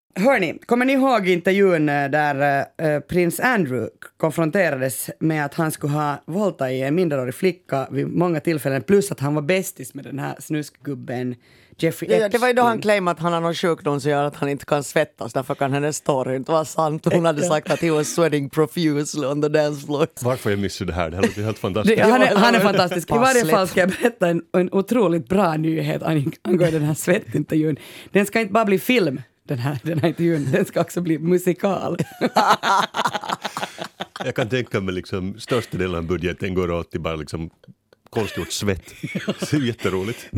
Hörni, kommer ni ihåg intervjun där prins Andrew konfronterades med att han skulle ha våldtagit en minderårig flicka vid många tillfällen, plus att han var bästis med den här snuskgubben Jeffrey Epstein. Ja, det var ju då han claimade att han har någon sjukdom som gör att han inte kan svettas, därför kan hennes story inte vara sant. Hon hade sagt att he was sweating profusely on the dance floor. Varför jag missade det här? Det här låter helt fantastiskt. Han är fantastisk. I varje fall ska jag berätta en otroligt bra nyhet angående den här svettintervjun. Den ska inte bara bli film, den här intervjun. Den ska också bli musikal. Jag kan tänka mig liksom största delen av budgeten går åt till bara liksom konstgjort svett. Det är jätteroligt.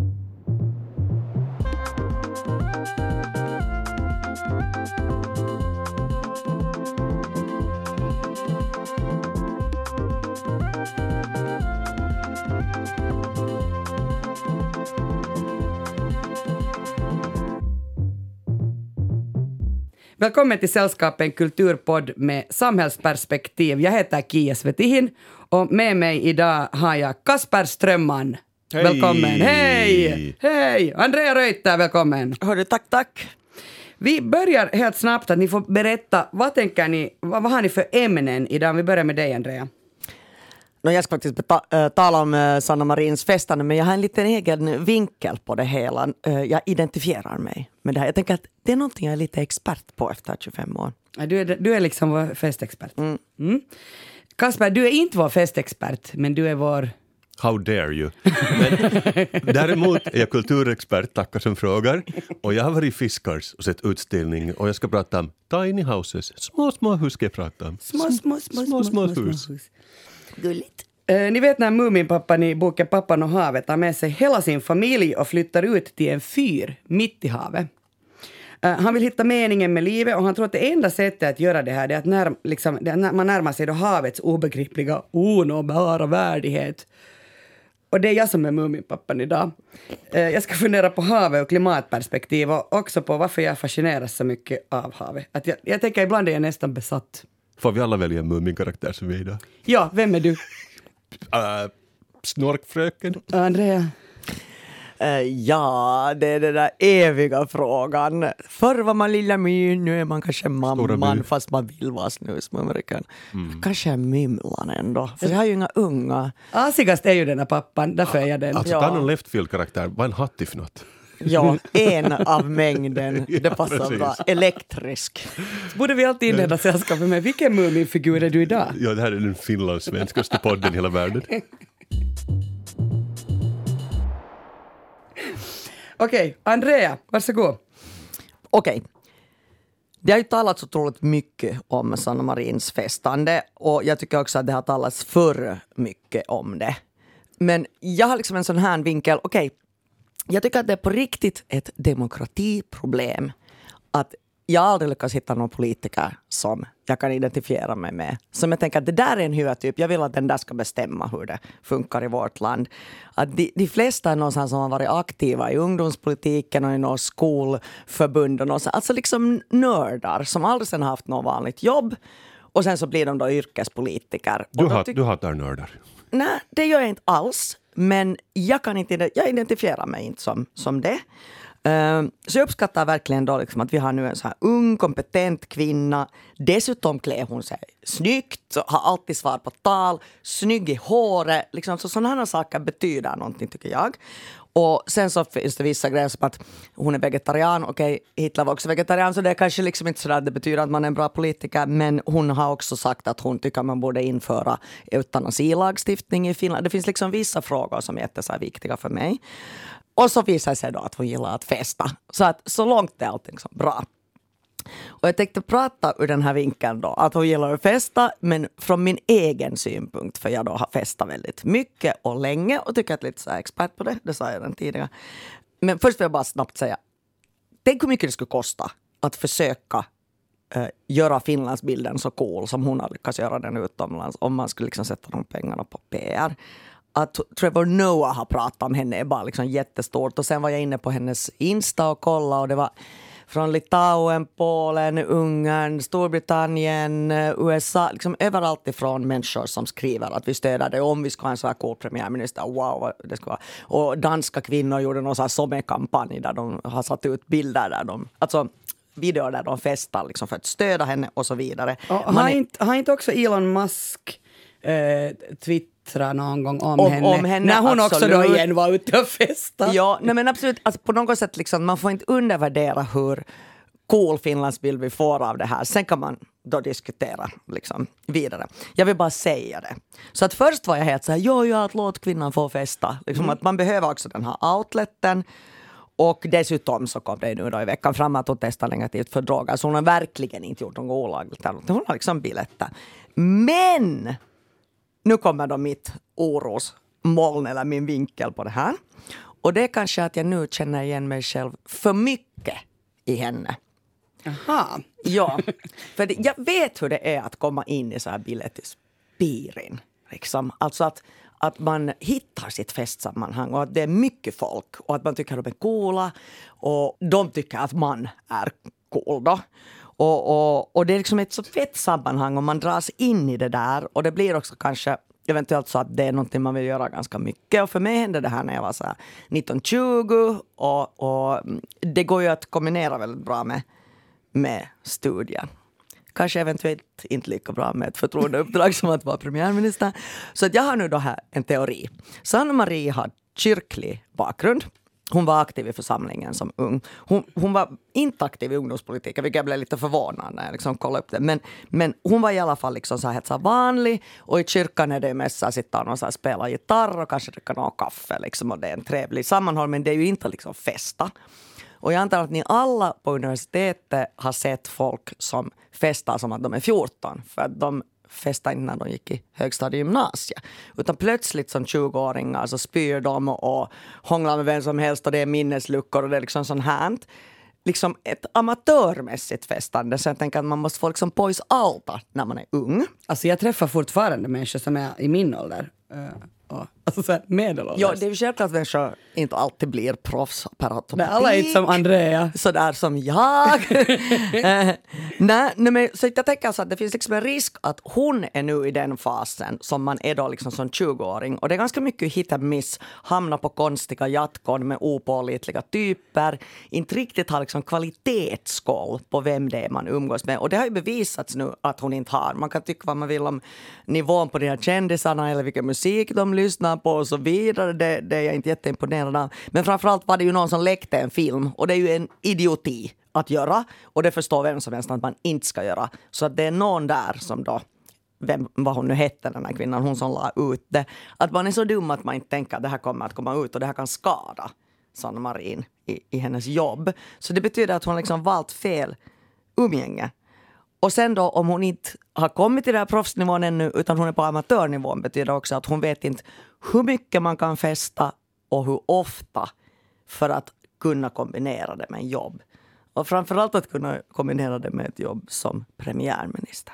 Välkommen till Sällskapen kulturpodd med samhällsperspektiv. Jag heter Kia Svetihin och med mig idag har jag Kasper Strömman. Hej! Välkommen. Hej! Hej! Andrea Reuter, välkommen. Hörru, tack. Vi börjar helt snabbt att ni får berätta, vad tänker ni, vad har ni för ämnen idag? Vi börjar med dig, Andrea. Jag ska faktiskt tala om Sanna Marins festande, men jag har en liten egen vinkel på det hela. Jag identifierar mig med det här. Jag tänker att det är någonting jag är lite expert på efter 25 år. Du är liksom vår festexpert. Kasper, du är inte vår festexpert, men du är vår... How dare you? Men däremot är jag kulturexpert, tackar som frågar. Och jag har varit i Fiskars och sett utställning. Och jag ska prata om tiny houses. Små hus ska jag prata om. Små hus. Gulligt. Ni vet när Muminpappan i boken Pappan och havet tar med sig hela sin familj och flyttar ut till en fyr mitt i havet. Han vill hitta meningen med livet och han tror att det enda sättet att göra det här är att när man närmar sig då havets obegripliga, onåbara värdighet. Och det är jag som är Muminpappan idag. Jag ska fundera på havet och klimatperspektiv och också på varför jag fascineras så mycket av havet. Att jag tänker ibland är jag nästan besatt. Får vi alla välja en Mumin-karaktär som vi är idag? Ja, vem är du? Snorkfröken. Andrea. Ja, det är den där eviga frågan. Förr var man lilla My, nu är man kanske mamman fast man vill vara snusmumriken. Kanske är mymlan ändå, för jag har ju inga unga. Asigast är ju den här pappan, därför är jag den. Alltså ta någon leftfield-karaktär, vad en hattig för något? Ja, en av mängden. Det passar precis. bra. Elektrisk. Borde vi alltid inleda sällskapet med vilken Muminfigur är du idag? Ja, det här är den finlandssvenskaste podden i hela världen. Okej, Andrea, varsågod. Okej. Det har ju talats otroligt mycket om Sanna Marins festande och jag tycker också att det har talats för mycket om det. Men jag har liksom en sån här vinkel, okej. Jag tycker att det är på riktigt ett demokratiproblem att jag aldrig lyckas hitta någon politiker som jag kan identifiera mig med. Som jag tänker att det där är en huvudtyp. Jag vill att den där ska bestämma hur det funkar i vårt land. Att de flesta är någonstans som har varit aktiva i ungdomspolitiken och i något skolförbund. Och alltså liksom nördar som aldrig sen har haft något vanligt jobb. Och sen så blir de då yrkespolitiker. Du hatar nördar. Nej, det gör jag inte alls. Men jag identifierar mig inte som det. Så jag uppskattar verkligen då liksom att vi har nu en så här ung, kompetent kvinna. Dessutom klär hon sig snyggt, har alltid svar på tal, snygg i håret. Liksom, så sådana här saker betyder någonting tycker jag. Och sen så finns det vissa grejer som att hon är vegetarian. Okej, Hitler var också vegetarian, så det är kanske liksom inte så att det betyder att man är en bra politiker. Men hon har också sagt att hon tycker att man borde införa eutanasi-lagstiftning i Finland. Det finns liksom vissa frågor som är jätteviktiga för mig. Och så visar det sig då att hon gillar att festa. Så att så långt är allting så bra. Och jag tänkte prata ur den här vinkeln då. Att hon gillar att festa, men från min egen synpunkt. För jag då har festat väldigt mycket och länge. Och tycker att jag är lite så här expert på det. Det sa jag den tidigare. Men först vill jag bara snabbt säga. Tänk hur mycket det skulle kosta att försöka göra Finlandsbilden så cool som hon har lyckats göra den utomlands. Om man skulle liksom sätta de pengarna på PR. Att Trevor Noah har pratat om henne är bara liksom jättestort. Och sen var jag inne på hennes Insta och kolla och det var från Litauen, Polen, Ungern, Storbritannien, USA. Liksom överallt ifrån människor som skriver att vi stöder det om vi ska ha en så här cool premiärminister. Wow, det ska vara. Och danska kvinnor gjorde någon så här sommarkampanj där de har satt ut bilder där de... Alltså videor där de festar liksom för att stödja henne och så vidare. Och har inte också Elon Musk twittrat någon gång om henne när hon absolut. också då igen var ute och festade? Ja, nej, men absolut. Alltså, på något sätt liksom, man får inte undervärdera hur cool Finlandsbild vi får av det här. Sen kan man då diskutera liksom, vidare. Jag vill bara säga det. Så att först var jag helt så här, att låt kvinnan få festa. Liksom, att man behöver också den här outleten. Och dessutom så kom det nu då i veckan fram att hon testar negativt för droger. Så hon har verkligen inte gjort något olagligt. Hon har liksom biljetter. Men nu kommer då mitt orosmoln eller min vinkel på det här. Och det är kanske att jag nu känner igen mig själv för mycket i henne. Aha. Ja, för jag vet hur det är att komma in i så här biljettispirin. Liksom. Alltså att man hittar sitt festsammanhang och att det är mycket folk och att man tycker att de är coola och de tycker att man är cool då. Och det är liksom ett så fett sammanhang och man dras in i det där och det blir också kanske eventuellt så att det är någonting man vill göra ganska mycket. Och för mig hände det här när jag var så här 19-20 och det går ju att kombinera väldigt bra med studier. Kanske eventuellt inte lika bra med ett förtroendeuppdrag som att vara premiärminister. Så att jag har nu då här en teori. Sanna Marin har kyrklig bakgrund. Hon var aktiv i församlingen som ung. Hon var inte aktiv i ungdomspolitiken, vilket jag blev lite förvånad när jag liksom kollade upp det. Men hon var i alla fall liksom så här vanlig. Och i kyrkan är det mest att sitta och så här spela gitarr och kanske dricka något kaffe. Liksom, och det är en trevlig sammanhåll, men det är ju inte liksom festa. Och jag antar att ni alla på universitetet har sett folk som festar som att de är 14. För att de festar inte när de gick i högstadiegymnasiet. Utan plötsligt som 20-åringar så spyr de och hånglar med vem som helst och det är minnesluckor och det är liksom sån här. Liksom ett amatörmässigt festande. Så jag tänker att man måste få liksom pois alta när man är ung. Alltså jag träffar fortfarande människor som är i min ålder. Alltså så här medelålders. Ja, det är ju självklart att människor inte alltid blir proffs per automatik. Men alla är inte som Andrea. Sådär som jag. Nej, men så jag tänker alltså att det finns liksom en risk att hon är nu i den fasen som man är då liksom som 20-åring. Och det är ganska mycket hit and miss. Hamna på konstiga jatkon med opålitliga typer. Inte riktigt har liksom kvalitetskoll på vem det är man umgås med. Och det har ju bevisats nu att hon inte har. Man kan tycka vad man vill om nivån på de här kändisarna eller vilken musik de lyssnar på och så vidare. Det är jag inte jätteimponerad av. Men framförallt var det ju någon som läckte en film. Och det är ju en idioti att göra. Och det förstår vem som helst att man inte ska göra. Så att det är någon där som då, vad hon nu hette den här kvinnan, hon som la ut det. Att man är så dum att man inte tänker att det här kommer att komma ut och det här kan skada Sanna Marin i hennes jobb. Så det betyder att hon liksom valt fel umgänge. Och sen då om hon inte har kommit till den här proffsnivån ännu utan hon är på amatörnivån betyder också att hon vet inte hur mycket man kan festa och hur ofta för att kunna kombinera det med en jobb. Och framförallt att kunna kombinera det med ett jobb som premiärminister.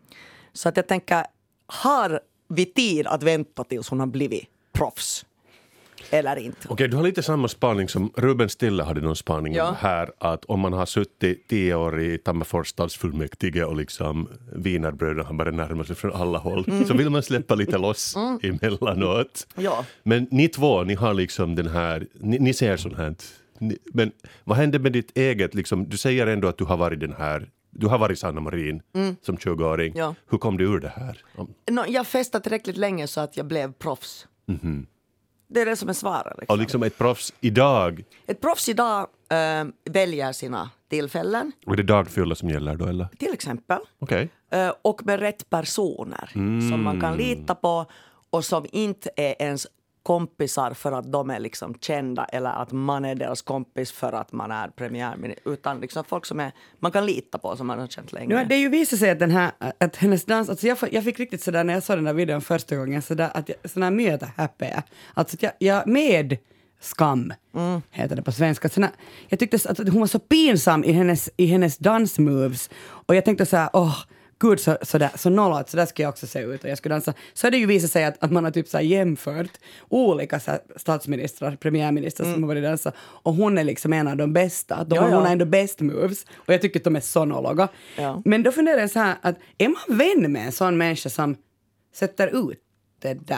Så att jag tänker, har vi tid att vänta tills hon har blivit proffs? Eller inte. Okej, du har lite samma spaning som Ruben Stille hade någon spaning här. Att om man har suttit 10 år i Tammerfors stadsfullmäktige och liksom wienerbröden har bara närmat sig från alla håll. Så vill man släppa lite loss emellanåt. Ja. Men ni två, ni har liksom den här, ni ser sånt här. Men vad hände med ditt eget, liksom, du säger ändå att du har varit den här, du har varit Sanna Marin som 20-åring. Ja. Hur kom du ur det här? Jag festade tillräckligt länge så att jag blev proffs. Mhm. Det är det som är svaret. Liksom. Och liksom ett proffs idag? Ett proffs idag väljer sina tillfällen. Och är det dagfylla som gäller då, eller? Till exempel. Okej. Och med rätt personer som man kan lita på och som inte är ens kompisar för att de är liksom kända eller att man är deras kompis för att man är premiärminister, utan liksom folk som man kan lita på som man har känt länge. Nu har det ju visat sig att hennes dans, alltså jag fick riktigt sådär när jag såg den där videon första gången sådär att sådana möta happy. Alltså att jag med skam heter det på svenska. Jag tyckte att hon var så pinsam i hennes dansmoves och jag tänkte så här, gud, så nollat, så där ska jag också se ut och jag skulle dansa. Så har det ju visat sig att man har typ så här jämfört olika så här statsministrar, premiärministrar som har varit dansa och hon är liksom en av de bästa. Hon har ändå best moves och jag tycker att de är så nolliga. Ja. Men då funderar jag så här att är man vän med en sån människa som sätter ut det där?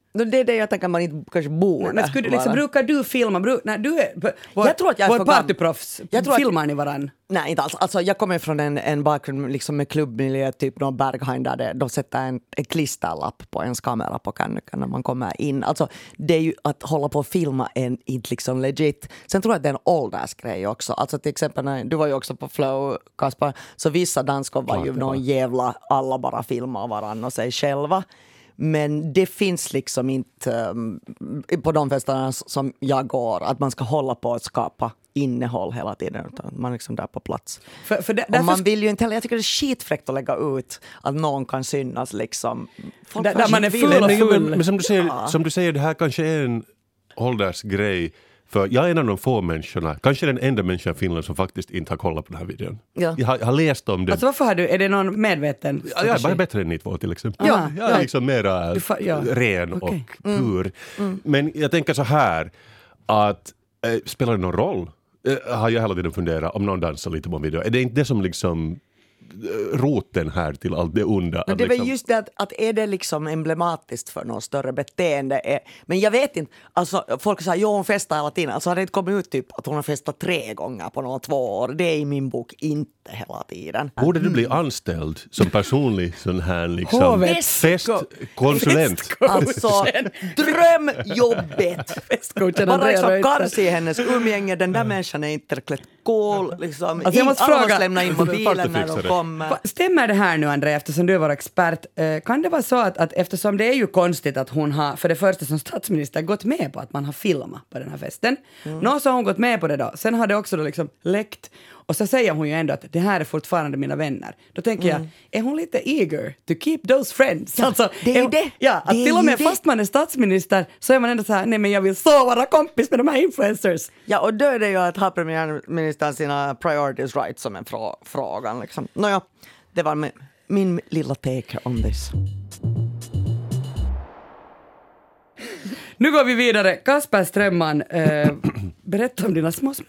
Det är det jag tänker man inte kanske borde. Men skulle, liksom, brukar du filma? När du är Jag tror att jag är vår för gammal. partyproffs, Jag tror att- filmar ni varann? Nej, inte alls. Alltså, jag kommer från en bakgrund liksom med klubbmiljö, typ någon Berghain där de sätter en klisterlapp på ens kamera på kännykan när man kommer in. Alltså, det är ju att hålla på och filma en inte liksom legit. Sen tror jag att det är en åldersgrej också. Alltså till exempel, när du var ju också på Flow, Kaspar, så vissa danskor var ju någon jävla, alla bara filmar varann och sig själva. Men det finns liksom inte på de festerna som jag går att man ska hålla på att skapa innehåll hela tiden, utan man är liksom där på plats. Och man vill ju inte heller, jag tycker det är skitfräckt att lägga ut att någon kan synas liksom. Där man är full och full. Men som du säger, det här kanske är en åldersgrej. För jag är en av de få människorna, kanske den enda människan i Finland som faktiskt inte har kollat på den här videon. Ja. Jag har läst om det. Alltså varför har du, är det någon medveten Ja, jag är bara bättre än ni två till exempel. Ja, Jag är liksom mera ja. ren och Okej. pur. Men jag tänker så här, att spelar det någon roll? Har jag hela tiden funderat om någon dansar lite på en video. Är det inte det som liksom roten här till allt det onda? Men det är liksom, väl just det att är det liksom emblematiskt för något större beteende. Men jag vet inte, alltså folk säger hon festar hela tiden. Alltså har det inte kommit ut typ att hon har festat 3 gånger på några 2 år. Det är i min bok inte hela tiden. borde du bli anställd som personlig sån här liksom Hovets festkonsulent? Alltså drömjobbet. Festcoachen Bara Andrea liksom Reuter. karsi i hennes umgänge. Den där människan är inte tillräckligt cool. Liksom. Alltså jag måste alla fråga- måste lämna in mobilen när de Partyfixare. kommer. Stämmer det här nu, Andrea, eftersom du är vår expert? Kan det vara så att eftersom det är ju konstigt att hon har, för det första som statsminister, gått med på att man har filmat på den här festen. Så har hon gått med på det då. Sen har det också då liksom läckt. Och så säger hon ju ändå att det här är fortfarande mina vänner. Då tänker jag, är hon lite eager to keep those friends? Ja, alltså, det är ju hon- det. Ja, att Det är till och ju med det. fast man är statsminister så är man ändå så här, nej men jag vill så vara kompis med de här influencers. Ja, och då är det ju att ha premiärministern sina priorities right som en frågan. Liksom. Nåja, det var min lilla take on this. Nu går vi vidare. Kasper Strömman, berätta om dina små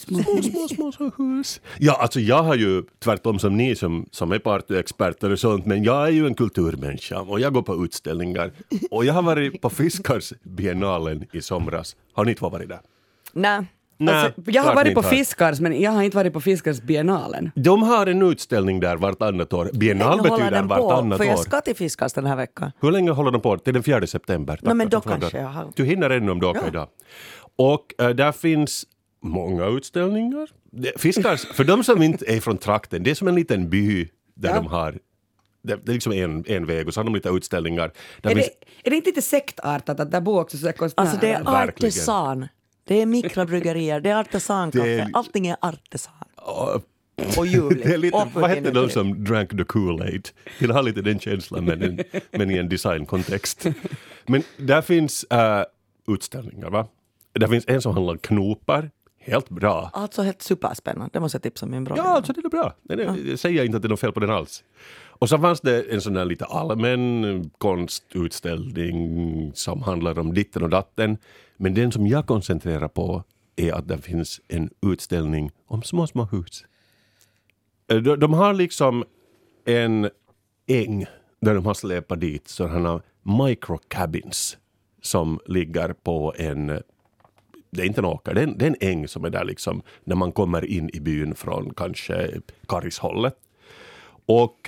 hus. Ja, alltså jag har ju tvärtom som ni som är partyexperter och sånt, men jag är ju en kulturmänniska och jag går på utställningar. Och jag har varit på Fiskars biennalen i somras. Har ni två varit där? Nej. Alltså, jag har klart varit ni på inte har. Fiskars, men jag har inte varit på Fiskars biennalen. De har en utställning där vartannat år. Biennal Länge håller betyder den på, vartannat för jag år. ska till Fiskars den här veckan. Hur länge håller de på? Till den 4 september. No, men Tackar då för frågan. kanske jag har... Du hinner ännu om du åker idag. Och där finns många utställningar. Fiskars, för de som inte är från trakten, det är som en liten by där de har... Det är liksom en väg och så har de lite utställningar. Där Är finns, det inte lite sektartat att där bor också så konstnärer? Alltså det är Verkligen. artesan. Det är mikrobryggerier, det är artesankaffe. Det är- Allting är artesan. och Och ljuvligt. det är lite, Och vad hette de inuti. som drank the Kool-Aid? Till ha lite den känslan men i en designkontext. Men där finns utställningar, va? Där finns en som handlar om knopar. Helt bra. Alltså helt superspännande. Det måste jag tipsa min bror. Ja, alltså det är bra. Jag säger inte att det är något fel på den alls. Och så fanns det en sån här lite allmän konstutställning som handlar om ditten och datten. Men den som jag koncentrerar på är att det finns en utställning om små hus. De har liksom en äng där de har släpat dit sådana microcabins som ligger på en... Det är inte en åker, det är en äng som är där liksom när man kommer in i byn från kanske Karishållet. Och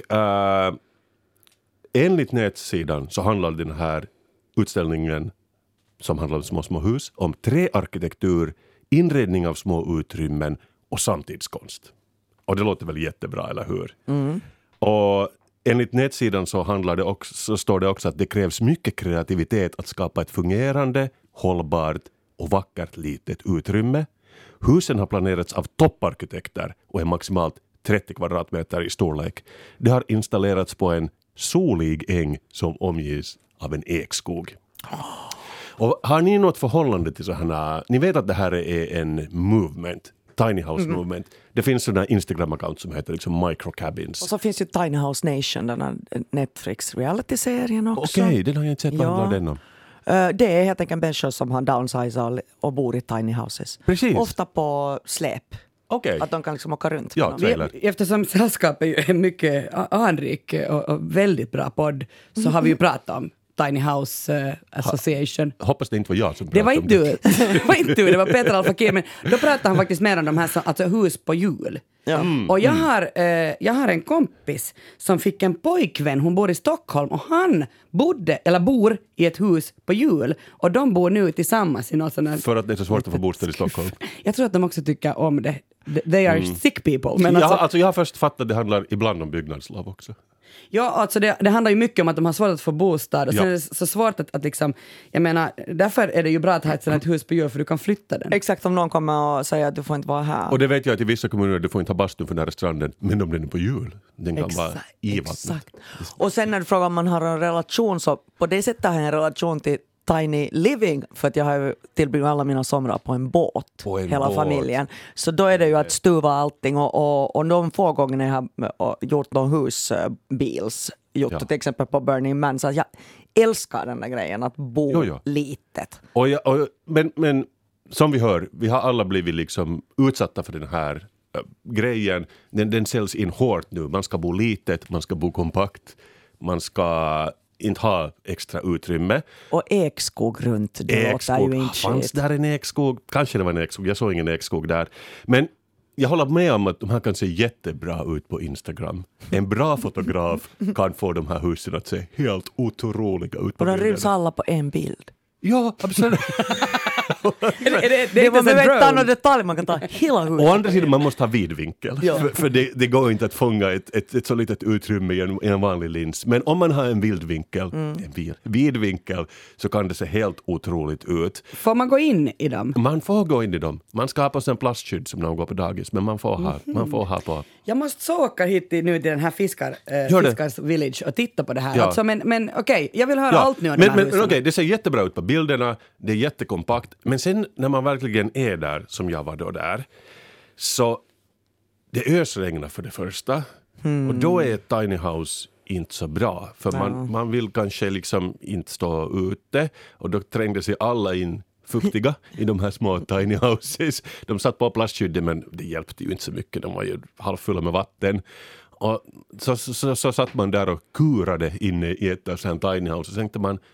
enligt nätsidan så handlar den här utställningen som handlar om små hus om träarkitektur, inredning av små utrymmen och samtidskonst. Och det låter väl jättebra, eller hur? Och enligt nätsidan så står det också att det krävs mycket kreativitet att skapa ett fungerande, hållbart och vackert litet utrymme. Husen har planerats av topparkitekter och är maximalt 30 kvadratmeter i storlek. Det har installerats på en solig äng som omges av en ekskog. Och har ni något förhållande till sådana... Ni vet att det här är en movement, Tiny House Movement. Det finns sådana Instagram-account som heter liksom Microcabins. Och så finns ju Tiny House Nation, den här Netflix-reality-serien också. Okej, den har jag inte sett. Vad handlar den om? Det är helt enkelt människor som har downsizat och bor i tiny houses. Precis. Ofta på släp. Okej. Att de kan liksom åka runt. Ja, med dem. trailer. Eftersom sällskapet är ju en mycket anrik och väldigt bra podd så har vi ju pratat om Tiny House Association. Hoppas det inte var jag som Det pratade var om inte du. Det var inte du, det var Peter Alfakir. Men då pratade han faktiskt mer om de här alltså hus på jul. Ja. Och jag har en kompis som fick en pojkvän, hon bor i Stockholm och han bor i ett hus på jul och de bor nu tillsammans i något sånt här... För att det är så svårt att få bostad i Stockholm. Jag tror att de också tycker om det. They are sick people. Men Jag har först fattat att det handlar ibland om byggnadslov också. Ja, alltså det handlar ju mycket om att de har svårt att få bostad och sen är det så svårt att liksom, jag menar, därför är det ju bra att ha ett hus på jul för du kan flytta den. Exakt, om någon kommer och säger att du får inte vara här. Och det vet jag att i vissa kommuner du får inte ha bastun för nära stranden, men om den är på jul, den kan vara i vattnet. Exakt. Och sen när du frågar om man har en relation, så på det sättet har jag en relation till Tiny Living, för att jag har ju tillbringat alla mina somrar på en båt, hela familjen. Så då är det ju att stuva allting och de få gånger jag har gjort någon husbils, till exempel på Burning Man, så att jag älskar den där grejen att bo litet. Men som vi hör, vi har alla blivit liksom utsatta för den här grejen. Den säljs in hårt nu. Man ska bo litet, man ska bo kompakt, man ska inte ha extra utrymme. Och ekskog runt, det låter ju inte fanns där en ekskog? Kanske det var en ekskog, jag såg ingen ekskog där. Men jag håller med om att de här kan se jättebra ut på Instagram. En bra fotograf kan få de här husen att se helt otroliga ut på och de bilderna. ryms alla på en bild. Ja, absolut. Det var med någon detalj man kan ta hela huset. Å andra sidan, man måste ha vidvinkel. För det går inte att fånga ett så litet utrymme i en vanlig lins. Men om man har en vidvinkel så kan det se helt otroligt ut. Får man gå in i dem? Man får gå in i dem. Man ska ha på sig en plastskydd som när man går på dagis. Men man får ha på... Jag måste så åka hit nu till den här Fiskars Village och titta på det här. Ja. Alltså, men okej, jag vill höra allt nu om de här husen. Men det ser jättebra ut på bilderna. Det är jättekompakt. Men sen när man verkligen är där, som jag var då där, så det ösregnar för det första. Och då är ett tiny house inte så bra. För man vill kanske liksom inte stå ute. Och då trängde sig alla in fuktiga i de här små tiny houses. De satt på plastskyddet, men det hjälpte ju inte så mycket. De var ju halvfulla med vatten. Och så satt man där och kurade inne i ett sånt tiny house. Och så tänkte man,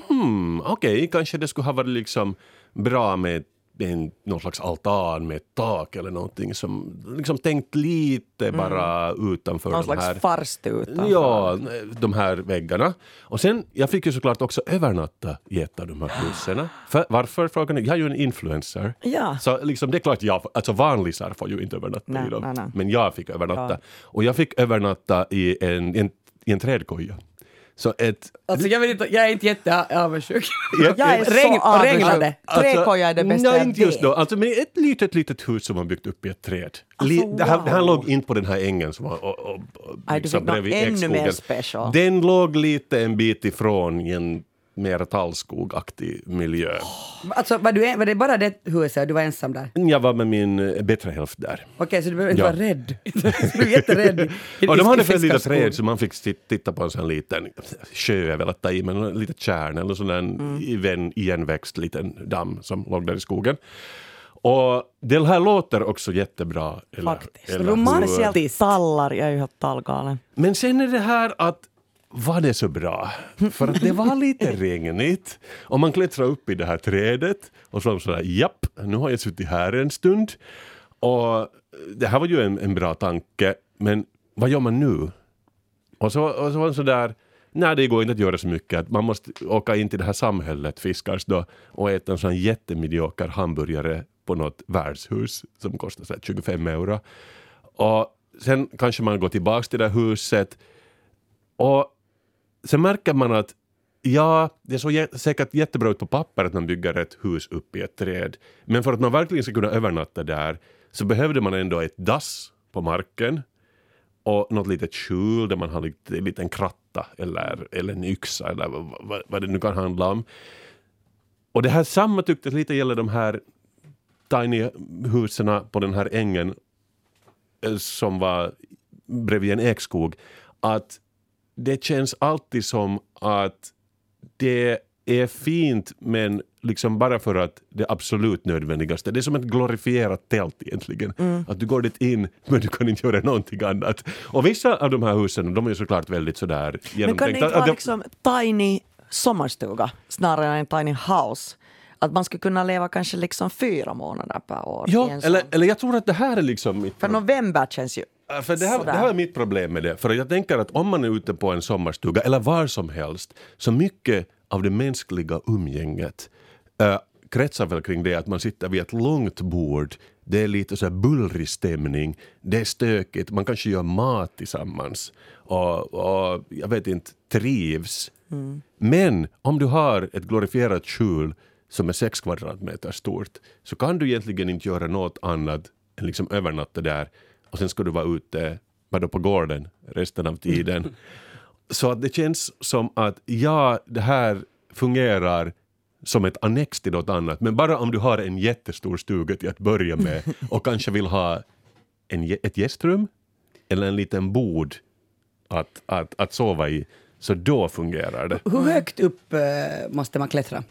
okej, kanske det skulle ha varit liksom bra med någon slags altan med ett tak eller någonting som liksom tänkt lite bara utanför någon de här... slags farstu utanför. Ja, de här väggarna. Och sen, jag fick ju såklart också övernatta i ett av de här husen. Varför? Frågan är, jag är ju en influencer. Ja. Så liksom, det är klart, alltså vanlisar får ju inte övernatta i dem. Nej. Men jag fick övernatta. Ja. Och jag fick övernatta i en trädkoja. Så alltså jag är inte jätteavundsjuk. Jag är så avundsjuk. Trädkoja är det bästa. Nej, inte just då. Alltså med ett litet hus som man byggt upp i ett träd. Det här låg inte på den här ängen som var liksom bredvid ännu mer special. Den låg lite en bit ifrån i en mer tallskogaktig miljö. Alltså var det bara det huset? Du var ensam där? Jag var med min bättre hälft där. Okej, så du behöver inte vara rädd. Du är jätterädd. Och de hade för ett litet träd så man fick titta på en sån liten sjö, väl att ta i, men en litet kärn eller sån där igenväxt liten damm som låg där i skogen. Och det här låter också jättebra. Faktiskt. Romantiskt. Tallar, jag är ju helt tallgalen. Men sen är det här att var det så bra? För att det var lite regnigt. Och man klättrar upp i det här trädet. Och så sådär, japp, nu har jag suttit här en stund. Och det här var ju en bra tanke. Men vad gör man nu? Och så var det sådär, nej det går inte att göra så mycket. Man måste åka in till det här samhället, Fiskars då. Och äta en sån jättemedioker hamburgare på något värdshus. Som kostar så 25 euro. Och sen kanske man går tillbaka till det här huset. Och sen märker man att det är så säkert jättebra ut på papper att man bygger ett hus upp i ett träd. Men för att man verkligen ska kunna övernatta där så behövde man ändå ett dass på marken och något litet skjul där man har en liten kratta eller en yxa eller vad det nu kan handla om. Och det här samma tyckte lite gäller de här tiny husen på den här ängen som var bredvid en ekskog, att det känns alltid som att det är fint, men liksom bara för att det är absolut nödvändigaste. Det är som ett glorifierat tält egentligen. Att du går dit in, men du kan inte göra någonting annat. Och vissa av de här husen, de är ju såklart väldigt sådär genomtänkta. Men kan det inte vara liksom tiny sommarstuga snarare än en tiny house. Att man skulle kunna leva kanske liksom 4 månader per år. Ja, eller jag tror att det här är liksom mitt för november känns ju för det här är mitt problem med det. För jag tänker att om man är ute på en sommarstuga eller var som helst, så mycket av det mänskliga umgänget kretsar väl kring det att man sitter vid ett långt bord. Det är lite så här bullrig stämning. Det är stökigt. Man kanske gör mat tillsammans. Och jag vet inte, trivs. Men om du har ett glorifierat skjul som är 6 kvadratmeter stort, så kan du egentligen inte göra något annat än liksom övernatta där. Och sen ska du vara ute på gården resten av tiden. Så att det känns som att det här fungerar som ett annex till något annat. Men bara om du har en jättestor stuga till att börja med och kanske vill ha ett gästrum eller en liten bod att sova i, så då fungerar det. Hur högt upp måste man klättra?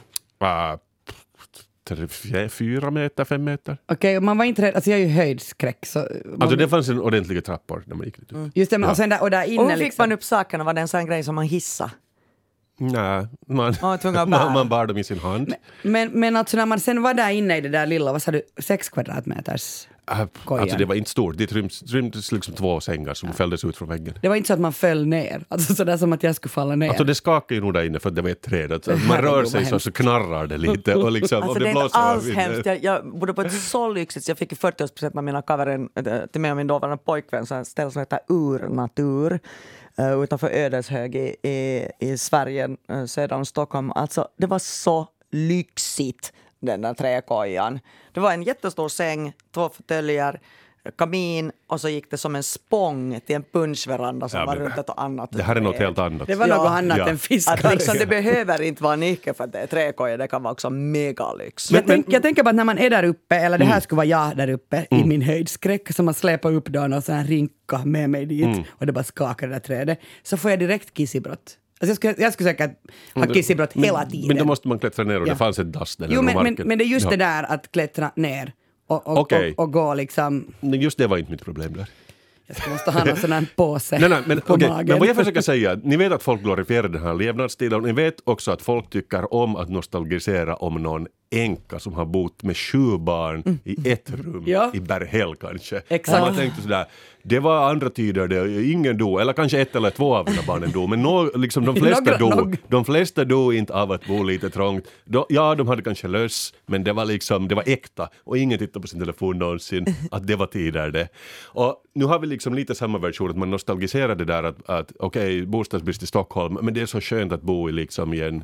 4 meter, 5 meter. Okej, man var inte rädd. Alltså jag är ju höjdskräck. Så alltså det fanns en ordentliga trappor när man gick dit. Just det, och sen där inne och hur fick liksom. man upp sakerna? Var det en sån grej som man hissar? Nej, man bar dem i sin hand. Men alltså när man sen var där inne i det där lilla, vad sa du, 6 kvadratmeters kojan? Alltså det var inte stort. Det rymdes liksom 2 sängar som fälldes ut från väggen. Det var inte så att man föll ner. Alltså sådär som att jag skulle falla ner. Alltså det skakar ju nog där inne för att det var ett träd. Alltså, man rör sig så knarrar det lite. Och liksom, alltså och det är inte alls hemskt. hemskt. Jag bodde på ett så lyxigt, jag fick 40% av mina kaveren till mig och min dåvarande pojkvän, så en ställe som heter Urnatur utanför Ödeshög i Sverige söder om Stockholm. Alltså det var så lyxigt, den där träkojan. Det var en jättestor säng, 2 fåtöljer, kamin, och så gick det som en spång till en punschveranda som var runt ett annat. Det här är något helt annat. Det var något annat än fiskar. Att liksom, det behöver inte vara nyckel för att det är träkoja, det kan vara också megalyx. Jag tänker bara att när man är där uppe, eller det här skulle vara jag där uppe i min höjdskräck, som man släpar upp då och så här rinka med mig dit och det bara skakar det där trädet, så får jag direkt kissibrott. Alltså jag skulle säkert ha kissibrott hela tiden. Men då måste man klättra ner och det fanns ett dass där. Jo, men det är just det där att klättra ner och gå liksom. Just det var inte mitt problem där. Jag måste ha någon sån här påse på magen. Men vad jag försöker säga, ni vet att folk glorifierar den här levnadsstilen, och ni vet också att folk tycker om att nostalgisera om någon änka som har bott med 7 barn i ett rum i Berghäll kanske. Exakt. Och man tänkte sådär, det var andra tider där ingen dog, eller kanske 1 eller 2 av mina barnen dog, men liksom de flesta dog inte av att bo lite trångt. De hade kanske löss, men det var äkta, och ingen tittade på sin telefon någonsin att det var tider det. Och nu har vi liksom lite samma version, att man nostalgiserar det där att okej, bostadsbrist i Stockholm, men det är så skönt att bo i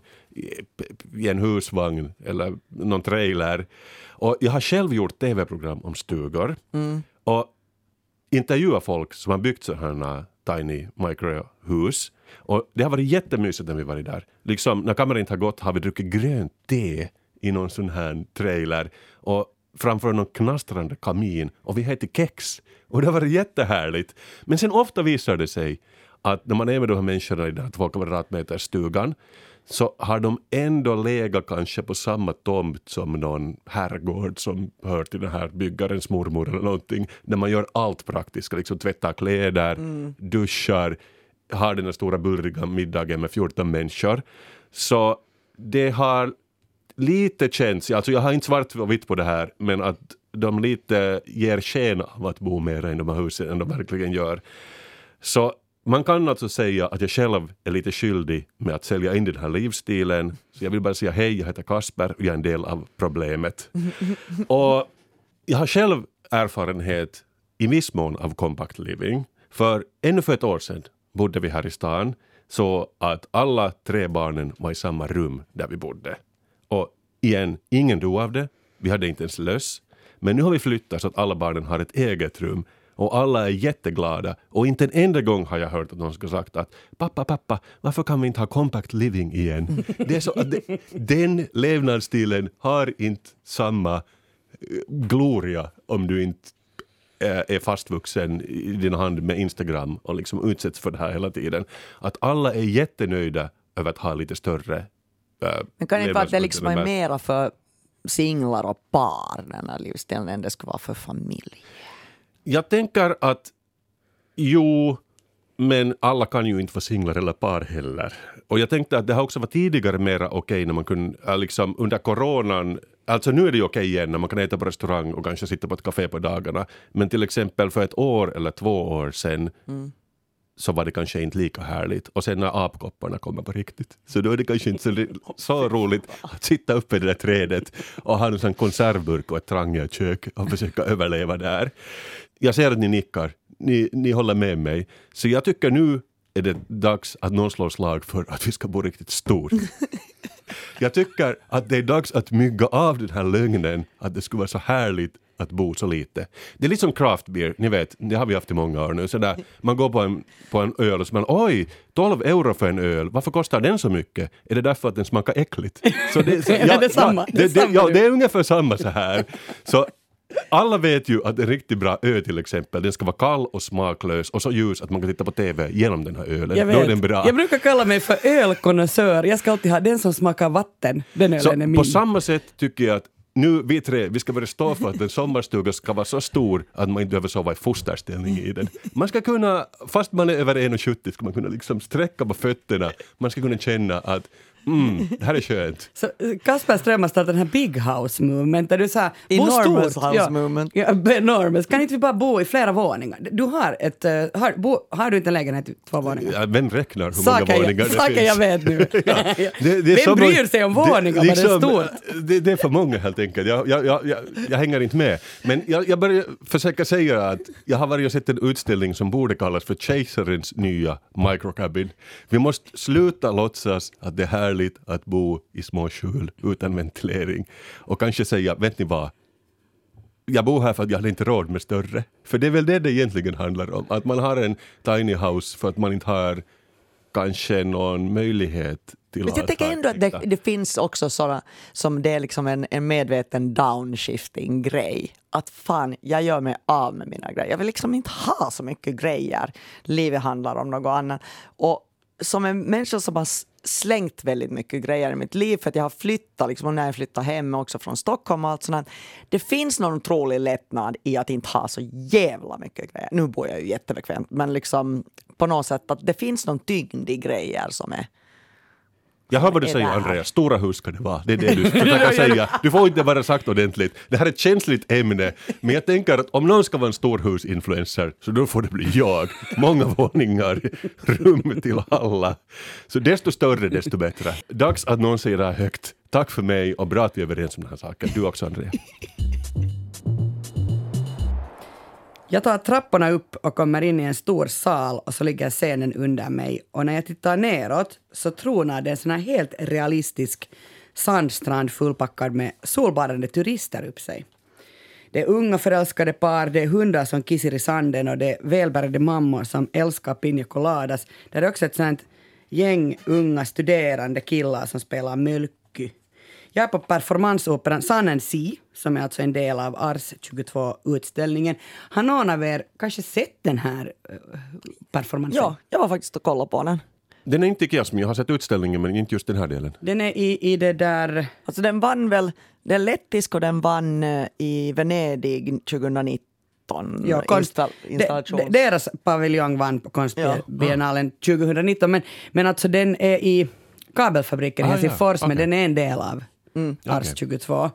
en husvagn eller någon trailer. Och jag har själv gjort tv-program om stugor och intervjuat folk som har byggt sådana tiny microhus. Och det har varit jättemysigt när vi varit där. Liksom, när kameran inte har gått har vi druckit grönt te i någon sån här trailer och framför någon knastrande kamin, och vi heter kex. Och det har varit jättehärligt. Men sen ofta visar det sig att när man är med de här människorna i den här 2 kvadratmeter stugan, så har de ändå legat kanske på samma tomt som någon herrgård som hör till den här byggarens mormor eller någonting, där man gör allt praktiskt, liksom tvättar kläder, duschar, har den här stora bullriga middagen med 14 människor. Så det har lite känts, alltså jag har inte svart och vitt på det här, men att de lite ger sken av att bo mer än de här husen än de verkligen gör. Så man kan alltså säga att jag själv är lite skyldig med att sälja in den här livsstilen. Så jag vill bara säga hej, jag heter Kasper och jag är en del av problemet. Och jag har själv erfarenhet i viss mån av compact living. För ännu för ett år sedan bodde vi här i stan, så att alla 3 barnen var i samma rum där vi bodde. Och igen, ingen dog av det. Vi hade inte ens löss. Men nu har vi flyttat så att alla barnen har ett eget rum. Och alla är jätteglada. Och inte en enda gång har jag hört att någon ska sagt att pappa, varför kan vi inte ha compact living igen? Det är så att den levnadsstilen har inte samma gloria om du inte är fastvuxen i din hand med Instagram och liksom utsätts för det här hela tiden. Att alla är jättenöjda över att ha lite större men kan det inte vara att det liksom är mera för singlar och par, den här livsstilen, än det ska vara för familj? Jag tänker att Men alla kan ju inte vara singlar eller par heller. Och jag tänkte att det har också varit tidigare mera okej när man kunde, liksom under coronan, alltså nu är det okej igen när man kan äta på restaurang och kanske sitta på ett café på dagarna. Men till exempel för 1 år eller 2 år sedan så var det kanske inte lika härligt. Och sen när apkopparna kommer på riktigt. Så då är det kanske inte så roligt att sitta uppe i det där trädet och ha en sån konservburk och ett trangiga kök och försöka överleva där. Jag ser att ni nickar. Ni håller med mig. Så jag tycker nu är det dags att någon slår slag för att vi ska bo riktigt stort. Jag tycker att det är dags att mygga av den här lögnen att det skulle vara så härligt att bo så lite. Det är lite som craft beer, ni vet, det har vi haft i många år nu. Så där, man går på en öl och så man, oj, 12 euro för en öl, varför kostar den så mycket? Är det därför att den smakar äckligt? Så det, så, det är samma. Det är ungefär samma så här. Så alla vet ju att en riktigt bra öl till exempel, den ska vara kall och smaklös och så ljus att man kan titta på tv genom den här ölen. Då är den bra. Jag brukar kalla mig för ölkonnässör. Jag ska alltid ha den som smakar vatten. Den ölen så är min. På samma sätt tycker jag att nu vi 3, vi ska börja stå för att en sommarstuga ska vara så stor att man inte behöver sova i fosterställning i den. Man ska kunna, fast man är över 1,70 ska man kunna liksom sträcka på fötterna. Man ska kunna känna att det här är skönt. Så Kasper Strömmar startar den här Big House Movement där du sa Enormous House Movement. Ja, enormous. Kan inte vi bara bo i flera våningar? Du har har du inte en lägenhet i 2 våningar? Ja, vem räknar hur många våningar det finns? Saker jag vet nu. Vem bryr sig om våningar? Liksom, det är stort. Det är för många helt enkelt. Jag hänger inte med. Men jag börjar försöka säga att jag har varit och sett en utställning som borde kallas för Kejsarens nya microcabin. Vi måste sluta låtsas att det är härligt att bo i små skjul utan ventilering. Och kanske säga, vet ni vad? Jag bor här för att jag hade inte råd med större. För det är väl det egentligen handlar om. Att man har en tiny house för att man inte har kanske någon möjlighet till men jag tänker ändå att det finns också sådana som det är liksom en medveten downshifting-grej. Att fan, jag gör mig av med mina grejer. Jag vill liksom inte ha så mycket grejer. Livet handlar om något annat. Och som en människa som har slängt väldigt mycket grejer i mitt liv för att jag har flyttat liksom, och när jag flyttar hem också från Stockholm och allt sånt. Det finns någon otrolig lättnad i att inte ha så jävla mycket grejer. Nu bor jag ju jättebekvämt, men liksom på något sätt att det finns någon tyngd i grejer som är. Jag hör vad du säger, Andreas. Stora hus ska det vara. Det är det du försöker säga. Du får inte vara sagt ordentligt. Det här är ett känsligt ämne. Men jag tänker att om någon ska vara en storhusinfluencer så då får det bli jag. Många våningar, rum till alla. Så desto större, desto bättre. Dags att någon säger det här högt. Tack för mig och bra att vi är överens om den här saken. Du också, Andrea. Jag tar trapporna upp och kommer in i en stor sal och så ligger scenen under mig. Och när jag tittar neråt så tronar det en sån här helt realistisk sandstrand fullpackad med solbadande turister upp sig. Det är unga förälskade par, det är hundar som kissar i sanden och det är välbärgade mammor som älskar piña coladas. Det är också ett sånt gäng unga studerande killar som spelar mölky. Jag är på performansoperan Sun & Sea, som är alltså en del av Ars 22-utställningen. Har någon av er kanske sett den här performansen? Ja, jag var faktiskt och kollade på den. Den är inte kiasm, jag har sett utställningen men inte just den här delen. Den är i det där... Alltså den vann väl, den lettisk och den vann i Venedig 2019. Ja, deras paviljong vann på konstbiennalen 2019, men alltså den är i kabelfabriken i Helsingfors, men den är en del av Ars 22.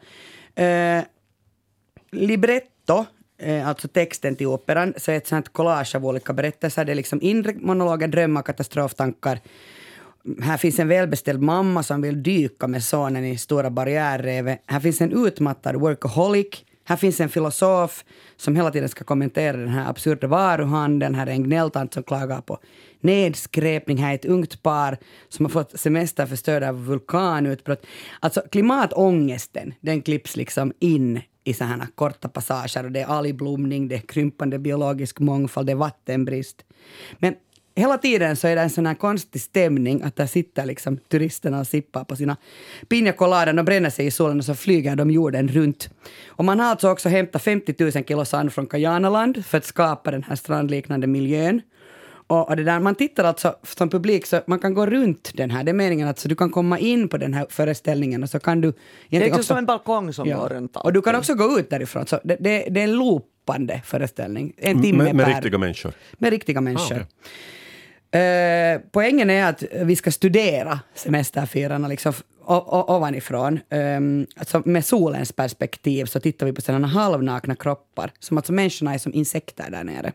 Libretto, alltså texten till operan, så är ett sånt collage av olika berättelser. Det är liksom inre monologer, drömmar, katastroftankar. Här finns en välbeställd mamma som vill dyka med sonen i stora barriärrevet. Här finns en utmattad workaholic. Här finns en filosof som hela tiden ska kommentera den här absurda varuhandeln. Här är en gnälltant som klagar på nedskräpning. Här är ett ungt par som har fått semester förstörd av vulkanutbrott. Alltså klimatångesten, den klipps liksom in i så här korta passager. Och det är algblomning, det är krympande biologisk mångfald, det är vattenbrist. Men hela tiden så är det en sån här konstig stämning att där sitter liksom turisterna och sippar på sina piña coladas och bränner sig i solen och så flyger de jorden runt. Och man har alltså också hämtat 50 000 kilo sand från Kajanaland för att skapa den här strandliknande miljön. Och det där, man tittar alltså som publik så man kan gå runt den här. Det är meningen att så du kan komma in på den här föreställningen och så kan du... Det är också som en balkong som går runt. Och du kan också gå ut därifrån. Så det är en loopande föreställning. En timme med per... riktiga människor? Med riktiga människor. Poängen är att vi ska studera semesterfirarna liksom ovanifrån. Alltså med solens perspektiv så tittar vi på sådana halvnakna kroppar. Som alltså människorna är som insekter där nere.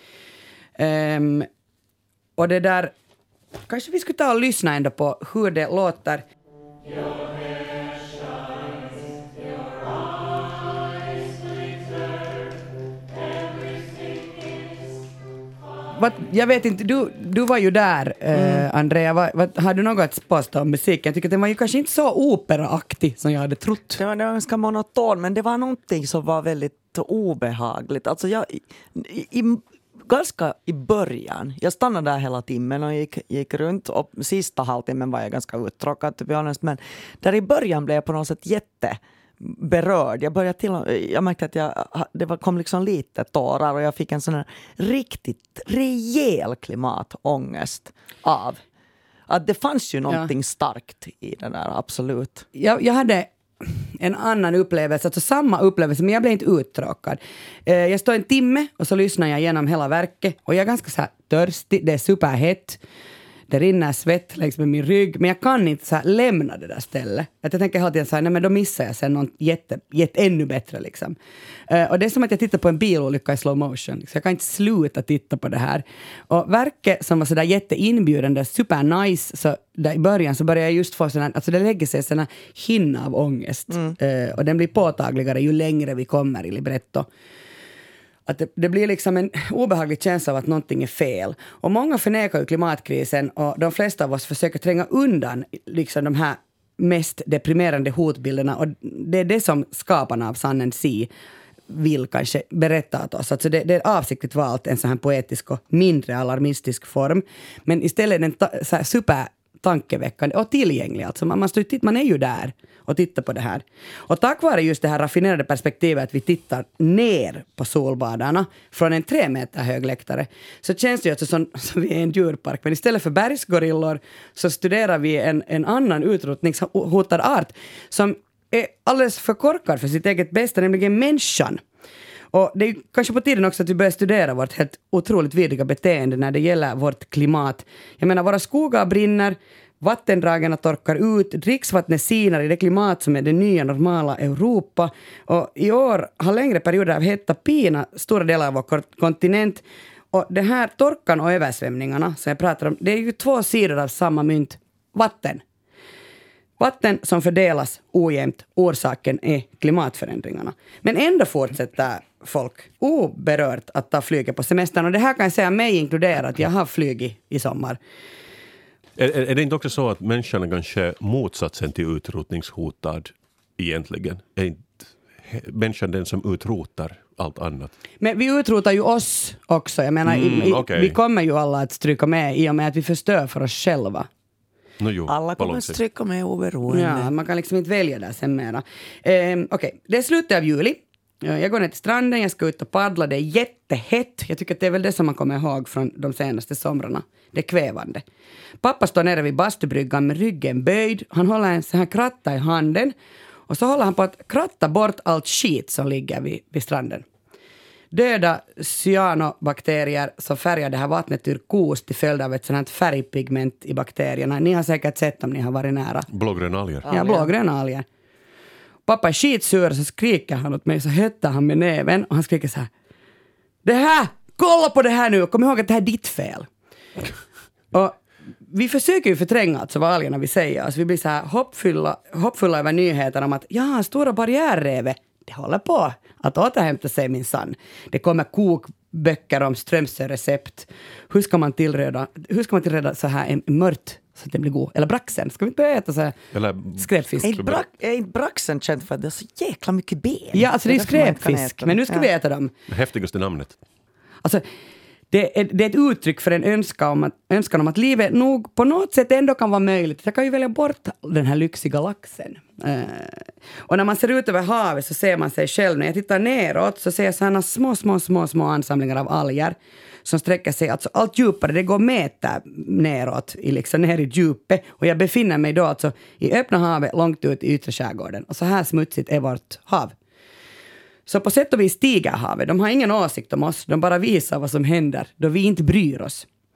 Och det där... Kanske vi skulle ta och lyssna ändå på hur det låter. Jag vet inte, du var ju där, Andrea. Har du något att påstå om musiken? Jag tycker att den var ju kanske inte så operaaktig som jag hade trott. Det var ganska monoton, men det var någonting som var väldigt obehagligt. Alltså ganska i början, jag stannade där hela timmen och gick runt, och sista halvtimmen var jag ganska uttråkad, to be honest, men där i början blev jag på något sätt berörd. Jag märkte att det kom liksom lite tårar, och jag fick en sån här riktigt rejäl klimatångest av att det fanns ju någonting starkt i det där, absolut. Jag hade en annan upplevelse, alltså samma upplevelse, men jag blev inte uttråkad. Jag står en timme och så lyssnar jag igenom hela verket, och jag är ganska så här törstig, det är superhett. Det rinner svett längs med min rygg. Men jag kan inte så här lämna det där stället. Att jag tänker hela tiden så här, nej men då missar jag sen något ännu bättre liksom. Och det är som att jag tittar på en bilolycka i slow motion. Så jag kan inte sluta titta på det här. Och verket som var så där jätteinbjudande, super nice. Så där i början så börjar jag just få sådana, alltså det lägger sig sådana hinna av ångest. Och den blir påtagligare ju längre vi kommer i libretto. Att det blir liksom en obehaglig känsla av att någonting är fel. Och många förnekar ju klimatkrisen, och de flesta av oss försöker tränga undan liksom de här mest deprimerande hotbilderna. Och det är det som skaparna av Sun and Sea vill kanske berätta åt oss. Alltså det är avsiktligt valt en sån här poetisk och mindre alarmistisk form. Men istället är den så här super tankeväckande och tillgänglig. Alltså man är ju där och tittar på det här. Och tack vare just det här raffinerade perspektivet att vi tittar ner på solbadarna från en 3 meter hög läktare, så känns det ju alltså som vi är i en djurpark. Men istället för bergsgorillor så studerar vi en annan utrotningshotad art som är alldeles för korkad för sitt eget bästa, nämligen människan. Och det är kanske på tiden också att vi börjar studera vårt helt otroligt vidriga beteende när det gäller vårt klimat. Jag menar, våra skogar brinner, vattendragen torkar ut, dricksvattnet sinar i det klimat som är det nya normala Europa. Och i år har längre perioder av hetta pina stora delar av vår kontinent. Och det här torkan och översvämningarna som jag pratar om, det är ju 2 sidor av samma mynt. Vatten som fördelas ojämnt, orsaken är klimatförändringarna. Men ändå fortsätter folk oberört att ta flyget på semestern. Och det här kan jag säga mig inkluderat. Jag har flygit i sommar. Är det inte också så att människan är kanske motsatsen till utrotningshotad egentligen? Är inte människan den som utrotar allt annat? Men vi utrotar ju oss också. Jag menar, vi kommer ju alla att stryka med i och med att vi förstör för oss själva. Alla kommer att stryka med oberoende. Ja, man kan liksom inte välja där sen mera. Okej, det är slutet av juli. Jag går ner till stranden, jag ska ut och paddla. Det är jättehett. Jag tycker att det är väl det som man kommer ihåg från de senaste somrarna. Det är kvävande. Pappa står nere vid bastubryggan med ryggen böjd. Han håller en sån här kratta i handen. Och så håller han på att kratta bort allt skit som ligger vid stranden. Döda cyanobakterier som färgar det här vattnet turkos till följd av ett sånt här färgpigment i bakterierna. Ni har säkert sett om ni har varit nära. Blågröna alger. Ja, blågröna alger. Pappa är skitsur, så skriker han åt mig, så höttar han med näven och han skriker så här: det här, kolla på det här nu, kom ihåg att det här är ditt fel. Och vi försöker ju förtränga alltså vad algerna vi säger. Alltså vi blir så här hoppfulla över nyheter om att stora barriärrevet, det håller på att återhämta sig minsann. Det kommer kokböcker om Strömsö-recept. Hur ska man tillreda så här en mört så att det blir god? Eller braxen. Ska vi inte äta så här skräpfisk? Är inte braxen känd för att det är så jäkla mycket ben? Ja, alltså det är skräpfisk. Men nu ska vi äta dem. Det häftigaste namnet. Alltså, det är ett uttryck för en önskan om att livet nog på något sätt ändå kan vara möjligt. Jag kan ju välja bort den här lyxiga laxen. Och när man ser ut över havet så ser man sig själv. När jag tittar neråt så ser jag sådana små ansamlingar av alger som sträcker sig alltså allt djupare. Det går meter neråt, liksom ner i djupet. Och jag befinner mig då alltså i öppna havet långt ut i yttre skärgården. Och så här smutsigt är vårt hav. Så på sätt och vis stiger havet. De har ingen åsikt om oss. De bara visar vad som händer då vi inte bryr oss.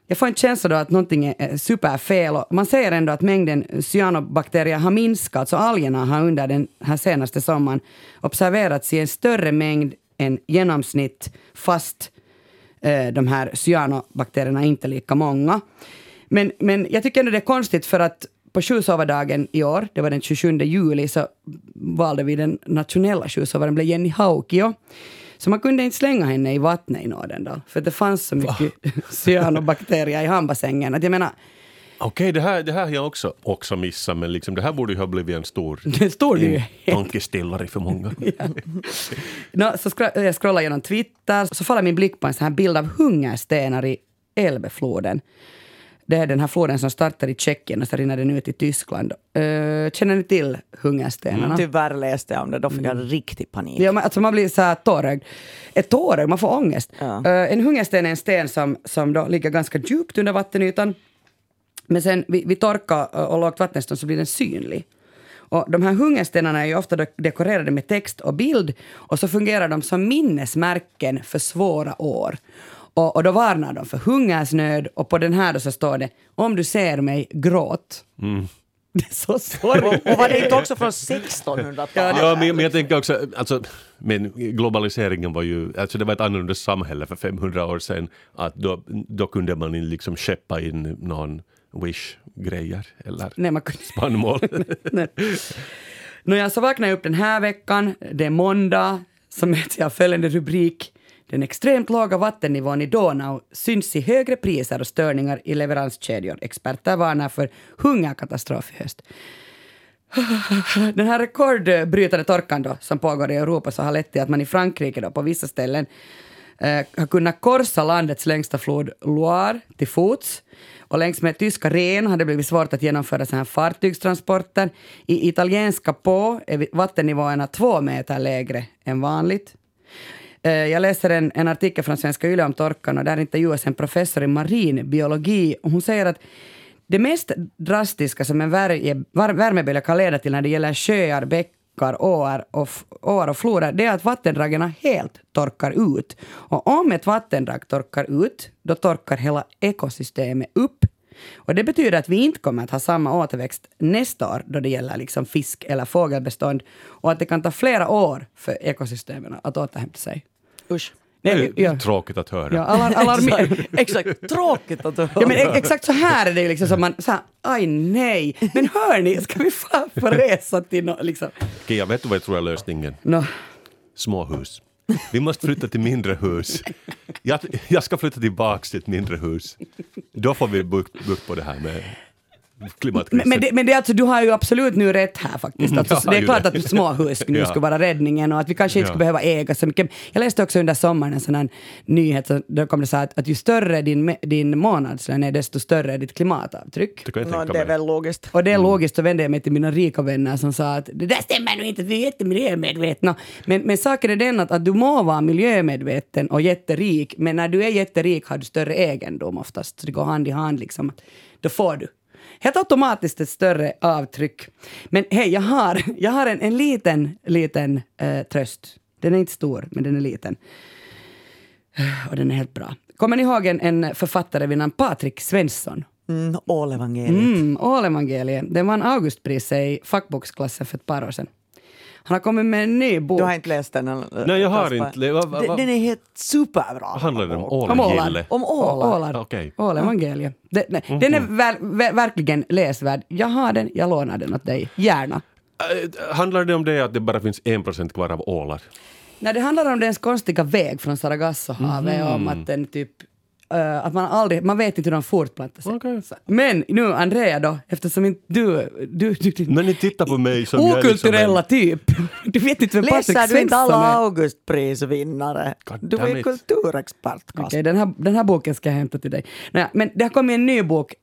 jag får en känsla då att någonting är superfel. Och man säger ändå att mängden cyanobakterier har minskat. Så algerna har under den här senaste sommaren observerats i en större mängd än genomsnitt, fast de här cyanobakterierna är inte lika många. Men jag tycker ändå det är konstigt, för att på sjusovardagen i år, det var den 27 juli, så valde vi den nationella sjusovaren, blev Jenny Haukio. Så man kunde inte slänga henne i vattnet i Nordendal, för det fanns så mycket cyanobakterier i hamnbassängen. Att jag menar, Okej, det här har jag också missat, men liksom, det här borde ju ha blivit en stor tankestillare för många. Så jag scrollar genom Twitter, så faller min blick på en sån här bild av hungerstenar i Elbefloden. Det är den här floden som startar i Tjeckien och så rinner den ut i Tyskland. Känner ni till hungerstenarna? Tyvärr läste jag om det, då fick jag riktigt panik. Ja, alltså man blir så här tårögd, man får ångest. Ja. En hungersten är en sten som då ligger ganska djupt under vattenytan. Men sen vid torka och lågt vattenstånd så blir den synlig. Och de här hungerstenarna är ju ofta dekorerade med text och bild, och så fungerar de som minnesmärken för svåra år. Och då varnar de för hungersnöd, och på den här då så står det: om du ser mig, gråt. Det är så sorgligt. Och var det inte också från 1600-talet? Ja, men jag tänker också, alltså, men globaliseringen var ju, alltså det var ett annorlunda samhälle för 500 år sedan, att då kunde man liksom skeppa in någon Wish-grejer eller spannmål. Så vaknade jag upp den här veckan, det är måndag, så möter jag följande rubrik: den extremt låga vattennivån i Donau syns i högre priser och störningar i leveranskedjor. Experter varnar för hungerkatastrof i höst. Den här rekordbrytande torkan då, som pågår i Europa, så har lett till att man i Frankrike då, på vissa ställen har kunnat korsa landets längsta flod Loire till fots. Och längs med tyska Ren har det blivit svårt att genomföra så här fartygstransporter. I italienska Po är vattennivåerna 2 meter lägre än vanligt. Jag läser en artikel från Svenska Yle om torkan, och där intervjuas en professor i marinbiologi. Och hon säger att det mest drastiska som en värmebölja kan leda till när det gäller sjöar, bäckar, åar och floder, det är att vattendragen helt torkar ut. Och om ett vattendrag torkar ut, då torkar hela ekosystemet upp. Och det betyder att vi inte kommer att ha samma återväxt nästa år då det gäller liksom fisk- eller fågelbestånd, och att det kan ta flera år för ekosystemen att återhämta sig. Usch. Det är tråkigt att höra. Ja, exakt, tråkigt att höra. Ja, men exakt så här är det liksom, som man så här, aj nej, men hör ni, ska vi få resa till liksom. Okej, jag vet vad jag tror är lösningen. Småhus. Vi måste flytta till mindre hus. Jag ska flytta tillbaka till ett mindre hus. Då får vi bukt på det här med klimatkrisen. Men det är alltså, du har ju absolut nu rätt här faktiskt. Alltså, det är klart att småhus nu ska vara räddningen, och att vi kanske inte ska behöva äga så mycket. Jag läste också under sommaren en sån här nyhet, så då kom det så att ju större din månadslön är, desto större är ditt klimatavtryck. Det är väl logiskt. Och det är logiskt, och vände jag mig till mina rika vänner som sa att det där stämmer nog inte, vi är jättemiljömedvetna. Men saken är den att du må vara miljömedveten och jätterik, men när du är jätterik har du större egendom oftast. Så det går hand i hand liksom. Då får du helt automatiskt ett större avtryck. Men hej, jag har en liten tröst. Den är inte stor, men den är liten. Och den är helt bra. Kommer ni ihåg en författare vid namn Patrik Svensson? Ålevangeliet. Ålevangeliet. Den vann Augustpriset i fackboksklassen för ett par år sedan. Han har kommit med en ny bok. Du har inte läst den? Nej, jag har inte. Den är helt superbra. Handlar det om Ålagille? Om ålar. Okej. Ålevangeliet. Den är verkligen läsvärd. Jag har den, jag lånar den åt dig. Gärna. Handlar det om det att det bara finns 1% kvar av ålar? Nej, det handlar om dens konstiga väg från Sargassohavet, om att den typ att man vet inte hur de fortplantar sig. Okay. Men nu Andrea då, eftersom inte du men ni tittar på mig som okulturella typ. Du vet inte vem Patrik Svensson är. Läser du inte alla Augustprisvinnare? Du är kulturexpert. Okej, den här boken ska jag hämta till dig. Naja, men det har kommit en ny bok,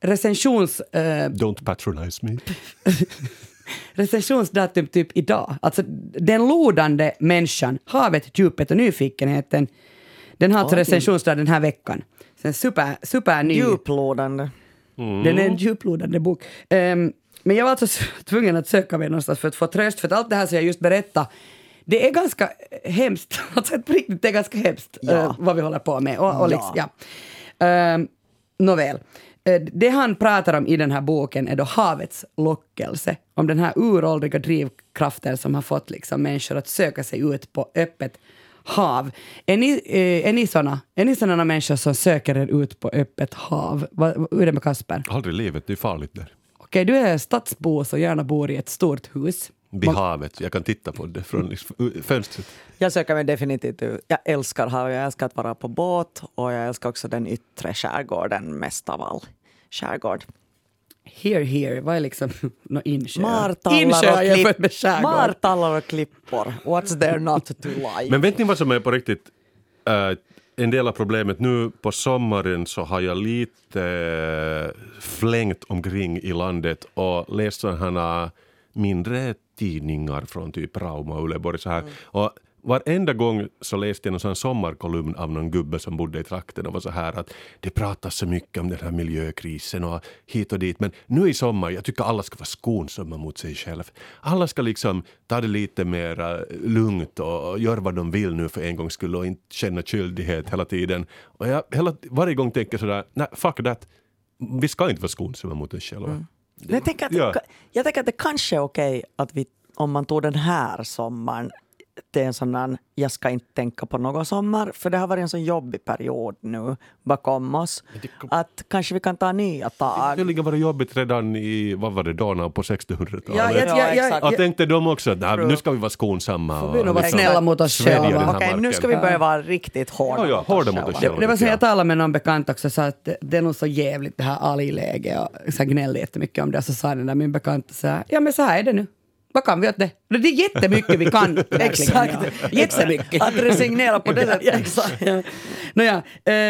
Don't patronize me. recensionsdatum typ idag. Alltså den lodande människan, havet, djupet och nyfikenheten. Den har alltså recensionsdag den här veckan. Sen super ny. Djuplodande. Den är en djuplodande bok. Men jag var alltså tvungen att söka mig någonstans för att få tröst. För att allt det här som jag just berättade, det är ganska hemskt. Alltså på riktigt, det är ganska hemskt vad vi håller på med. Nåväl. Det han pratar om i den här boken är då havets lockelse. Om den här uråldriga drivkraften som har fått liksom människor att söka sig ut på öppet hav. Är ni sådana människor som söker er ut på öppet hav? Hur är det med Kasper? Aldrig i livet, det är farligt där. Okej, du är stadsbo och gärna bor i ett stort hus. Vid havet, jag kan titta på det från fönstret. Jag söker mig definitivt ut. Jag älskar hav, jag älskar att vara på båt och jag älskar också den yttre skärgården mest av all skärgård. Here, vad är liksom insjö? Martallar och klippor. What's there not to like? Men vet ni vad som är på riktigt en del av problemet? Nu på sommaren så har jag lite flängt omkring i landet och läst sådana mindre tidningar från typ Rauma och Uleborg så här. Och varenda gång så läste jag någon sån sommarkolumn av någon gubbe som bodde i trakten och var så här att det pratas så mycket om den här miljökrisen och hit och dit. Men nu i sommar, jag tycker alla ska vara skonsamma mot sig själv. Alla ska liksom ta det lite mer lugnt och göra vad de vill nu för en gång skulle och inte känna skyldighet hela tiden. Och jag varje gång tänker sådär, nej fuck that, vi ska inte vara skonsamma mot oss själva. Mm. Jag tänker att det kanske är okej att vi, om man tog den här sommaren, det är en sån där, jag ska inte tänka på någon sommar, för det har varit en så jobbig period nu bakom oss, att kanske vi kan ta nya tag. Det skulle vara jobbigt redan i, vad var det då, på 1600-talet? Exakt. Jag tänkte de också att nu ska vi vara skonsamma. Får vi nog vara snälla mot oss själva. Okej, nu ska vi börja vara riktigt hårda mot oss själva. Det var så jag talade med någon bekant också, så att det är nog så jävligt det här algläget och så gnällde jättemycket om det, så sa den där min bekant så här, ja men så här är det nu. Vad kan vi åt det? Det är jättemycket vi kan. Exakt. Jättemycket. Att resignera på det sättet. Exakt. Nåja,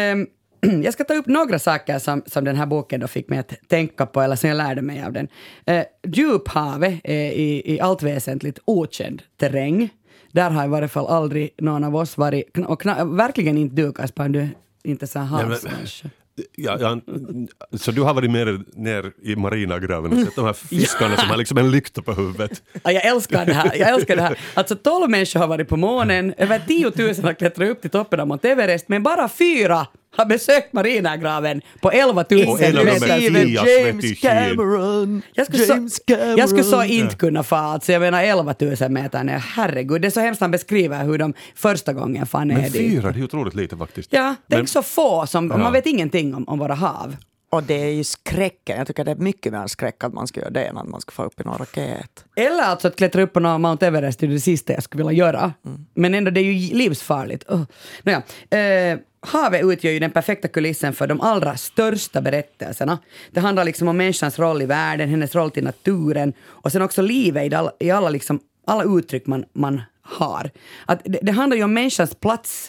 jag ska ta upp några saker som den här boken då fick mig att tänka på, eller som jag lärde mig av den. Djuphavet är i allt väsentligt okänd terräng. Där har i varje fall aldrig någon av oss varit, och verkligen inte du Kasper, du är inte så havsmänniska. Ja, så du har varit ner i marinagraven och sett de här fiskarna som har liksom en lykta på huvudet. Ja, jag älskar det här. Alltså 12 människor har varit på månen, över 10 000 har klättrat upp till toppen av Mount Everest, men bara 4 har besökt marinagraven på 11 000. Och en av dem är James Cameron. Jag skulle så inte kunna få, alltså jag menar 11 000 meter ner. Herregud, det är så hemskt han beskriver hur de första gången fann ner dit. Men 4, det är otroligt lite faktiskt. Ja, tänk så få som, man vet ingenting om våra hav. Och det är ju skräcken. Jag tycker det är mycket mer skräck att man ska göra det än att man ska få upp i någon raket. Eller alltså att klättra upp på någon Mount Everest är det sista jag skulle vilja göra. Men ändå det är ju livsfarligt. Nåja, havet utgör ju den perfekta kulissen för de allra största berättelserna. Det handlar liksom om människans roll i världen, hennes roll till naturen och sen också livet i alla uttryck man har. Att det handlar ju om människans plats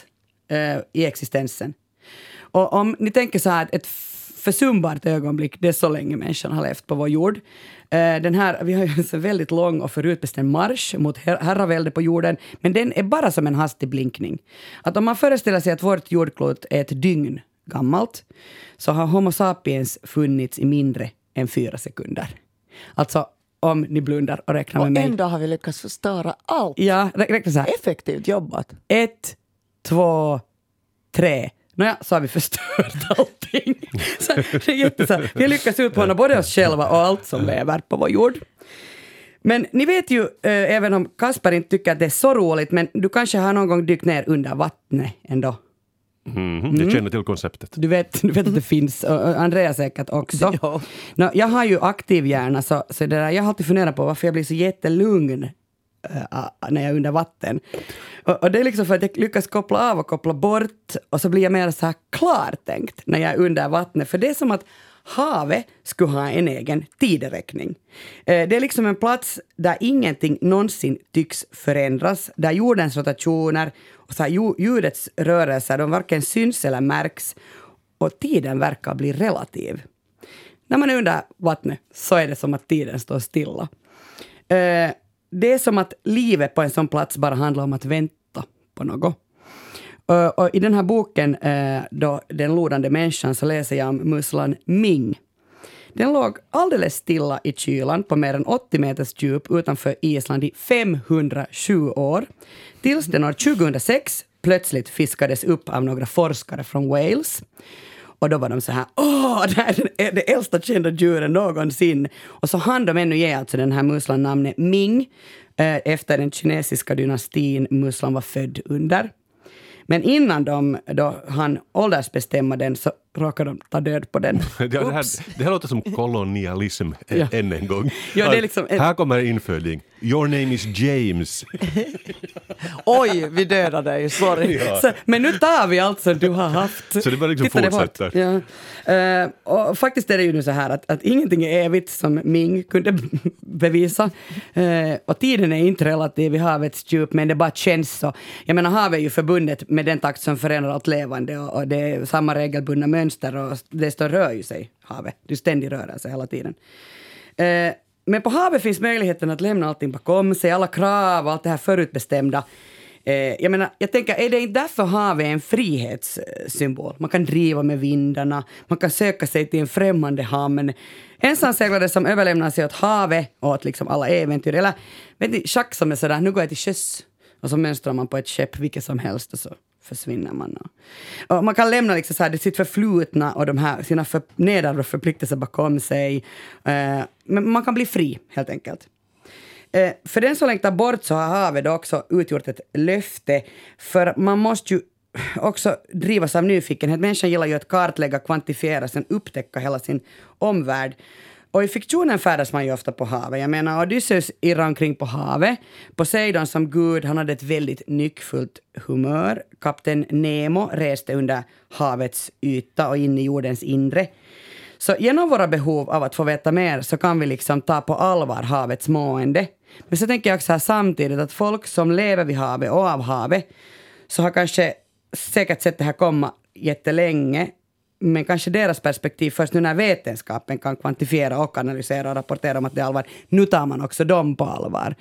i existensen. Och om ni tänker så här att ett försumbart ögonblick, det är så länge människan har levt på vår jord. Vi har ju en väldigt lång och förutbestämd marsch mot herravälde på jorden, men den är bara som en hastig blinkning. Att om man föreställer sig att vårt jordklot är ett dygn gammalt, så har Homo sapiens funnits i mindre än 4 sekunder. Alltså, om ni blundar och räknar med mig. Och ändå har vi lyckats förstöra allt. Ja, räkna så här. Effektivt jobbat. 1, 2, 3. Nåja, så har vi förstört allting. Så det är jätteså. Vi har lyckats utplåna både oss själva och allt som lever på vår jord. Men ni vet ju, även om Kasper inte tycker att det är så roligt, men du kanske har någon gång dykt ner under vattnet ändå. Jag känner till konceptet. Du vet att det finns, och Andreas säkert också. Ja. Jag har ju aktiv hjärna, så det där, jag har alltid funderat på varför jag blir så jättelugn när jag är under vatten. Och det är liksom för att jag lyckas koppla av och koppla bort, och så blir jag mer så här klartänkt när jag är under vattnet. För det är som att havet skulle ha en egen tideräkning. Det är liksom en plats där ingenting någonsin tycks förändras, där jordens rotationer och så här ljudets rörelser, de varken syns eller märks, och tiden verkar bli relativ. När man är under vattnet så är det som att tiden står stilla. Det är som att livet på en sån plats bara handlar om att vänta på något. Och i den här boken, då, Den lodande människan, så läser jag om musslan Ming. Den låg alldeles stilla i kylan på mer än 80 meters djup utanför Island i 507 år. Tills den år 2006 plötsligt fiskades upp av några forskare från Wales. Och då var de så här, det här är det äldsta kända djuren någonsin. Och så hann de ännu ge alltså den här musslan namnet Ming efter den kinesiska dynastin musslan var född under. Men innan då han åldersbestämma den så råkade de ta död på den. Det här låter som kolonialism än en gång. Ja, det är liksom här kommer inföding. Your name is James. Oj, vi dödar dig, sorry. Ja. Så, men nu tar vi allt som du har haft. Så det bara liksom fortsätter. Ja. Och faktiskt är det ju nu så här att ingenting är evigt som Ming kunde bevisa. Och tiden är inte relativ i havets djup, men det bara känns så. Jag menar, havet är ju förbundet med den takt som förändrar allt levande och det är samma regelbundna mönster och det rör ju sig, havet. Det är ständig rörelse hela tiden. Men på havet finns möjligheten att lämna allting bakom sig, alla krav och allt det här förutbestämda. Jag menar, jag tänker, är det inte därför havet är en frihetssymbol? Man kan driva med vindarna, man kan söka sig till en främmande hamn. Ensamseglare som överlämnar sig åt havet och åt liksom alla äventyr. Eller vet ni, schack som är sådär, nu går jag till sjöss. Och så mönstrar man på ett skepp, vilket som helst, och så försvinner man. Och man kan lämna liksom så här, det sitt förflutna och de här, sina nedärvda förpliktelser bakom sig. Men man kan bli fri, helt enkelt. För den som längtar bort så har havet då också utgjort ett löfte. För man måste ju också drivas av nyfikenhet. Människan gillar ju att kartlägga, kvantifiera, sen upptäcka hela sin omvärld. Och i fiktionen färdas man ju ofta på havet. Jag menar, Odysseus irrar omkring på havet. Poseidon som gud, han hade ett väldigt nyckfullt humör. Kapten Nemo reste under havets yta och in i jordens inre. Så genom våra behov av att få veta mer så kan vi liksom ta på allvar havets mående. Men så tänker jag också här samtidigt att folk som lever vid havet och av havet så har kanske säkert sett det här komma jättelänge. Men kanske deras perspektiv först nu när vetenskapen kan kvantifiera och analysera och rapportera om att det är allvar. Nu tar man också dem på allvar.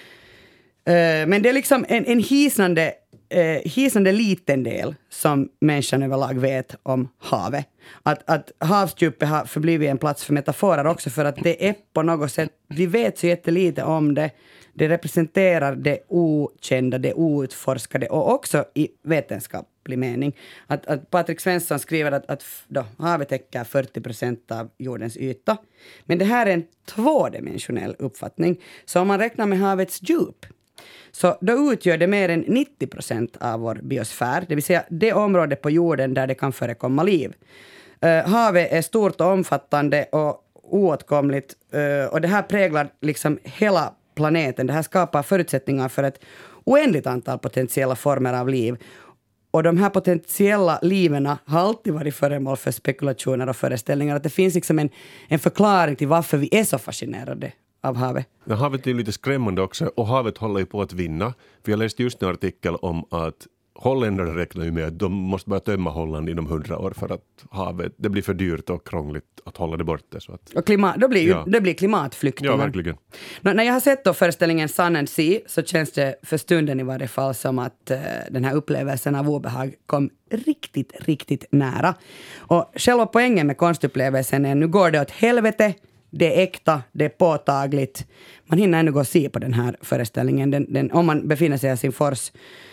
Men det är liksom en hisnande liten del som människan överlag vet om havet. Att havsdjupet har förblivit en plats för metaforer också för att det är på något sätt, vi vet så jättelite om det. Det representerar det okända, det outforskade och också i vetenskaplig mening. Att Patrik Svensson skriver att då, havet täcker 40% av jordens yta. Men det här är en tvådimensionell uppfattning. Så om man räknar med havets djup så då utgör det mer än 90% av vår biosfär. Det vill säga det område på jorden där det kan förekomma liv. Havet är stort och omfattande och oåtkomligt. Och det här präglar liksom hela planeten. Det här skapar förutsättningar för ett oändligt antal potentiella former av liv. Och de här potentiella liven har alltid varit föremål för spekulationer och föreställningar. Att det finns liksom en förklaring till varför vi är så fascinerade av havet. Men havet är lite skrämmande också och havet håller ju på att vinna. För jag läste just en artikel om att holländare räknar ju med att de måste bara tömma Holland inom 100 år för att havet, det blir för dyrt och krångligt att hålla det borta. Så att, och det blir klimatflykt. Ja, verkligen. När jag har sett då föreställningen Sun and Sea så känns det för stunden i varje fall som att den här upplevelsen av obehag kom riktigt, riktigt nära. Och själva poängen med konstupplevelsen är nu går det åt helvete. Det är äkta, det är påtagligt. Man hinner ännu gå och se på den här föreställningen om man befinner sig i Helsingfors.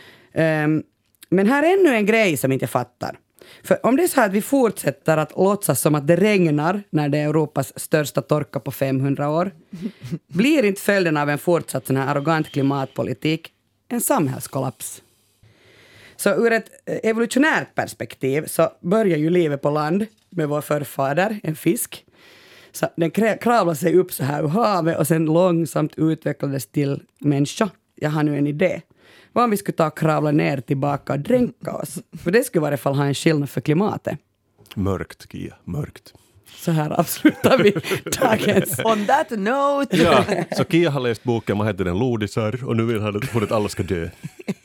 Men här är ännu en grej som inte fattar. För om det är så här att vi fortsätter att låtsas som att det regnar när det är Europas största torka på 500 år, blir inte följden av en fortsatt sån här arrogant klimatpolitik en samhällskollaps. Så ur ett evolutionärt perspektiv så börjar ju livet på land med vår förfader, en fisk. Så den kravlade sig upp så här ur havet och sen långsamt utvecklades till människa. Jag har nu en idé. Vad om vi skulle ta och kravla ner tillbaka och dränka oss? För det skulle i varje fall ha en skillnad för klimatet. Mörkt, Kia, mörkt. Så här avslutar vi dagens. On that note. Ja, så Kia har läst boken, vad heter den, Lodisar, och nu vill han att alla ska dö.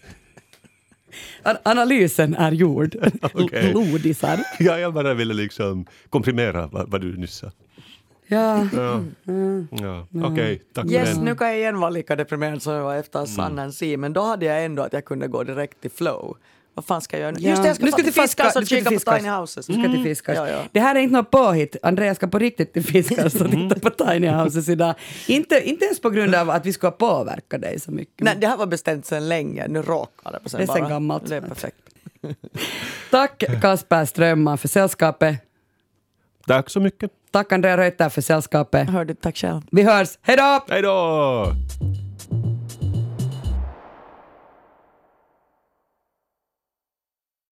Analysen är gjord. Okay. Lodisar. Ja, jag bara ville liksom komprimera vad du nyss sa. Ja. Okej, tack Yes, för den. nu kan jag igen vara lika deprimerad som jag var efter Sun and Sea, men då hade jag ändå att jag kunde gå direkt till flow. Vad fan ska jag göra nu? Ja. Just det, jag ska Nu ta till Fiskars och kika på Tiny Houses. Du ska till Fiskars. Ja. Det här är inte något påhitt. Andreas ska på riktigt till Fiskars och titta på Tiny Houses idag. Inte ens på grund av att vi ska påverka dig så mycket. Nej, det här var bestämt sedan länge. Nu råkar det på sen Det är sen bara. gammalt. Det är perfekt. Tack Kasper Strömman för sällskapet. Tack så mycket. Tack Andrea Reuter för sällskapet. Hör du, tack själv. Vi hörs. Hej då! Hej då!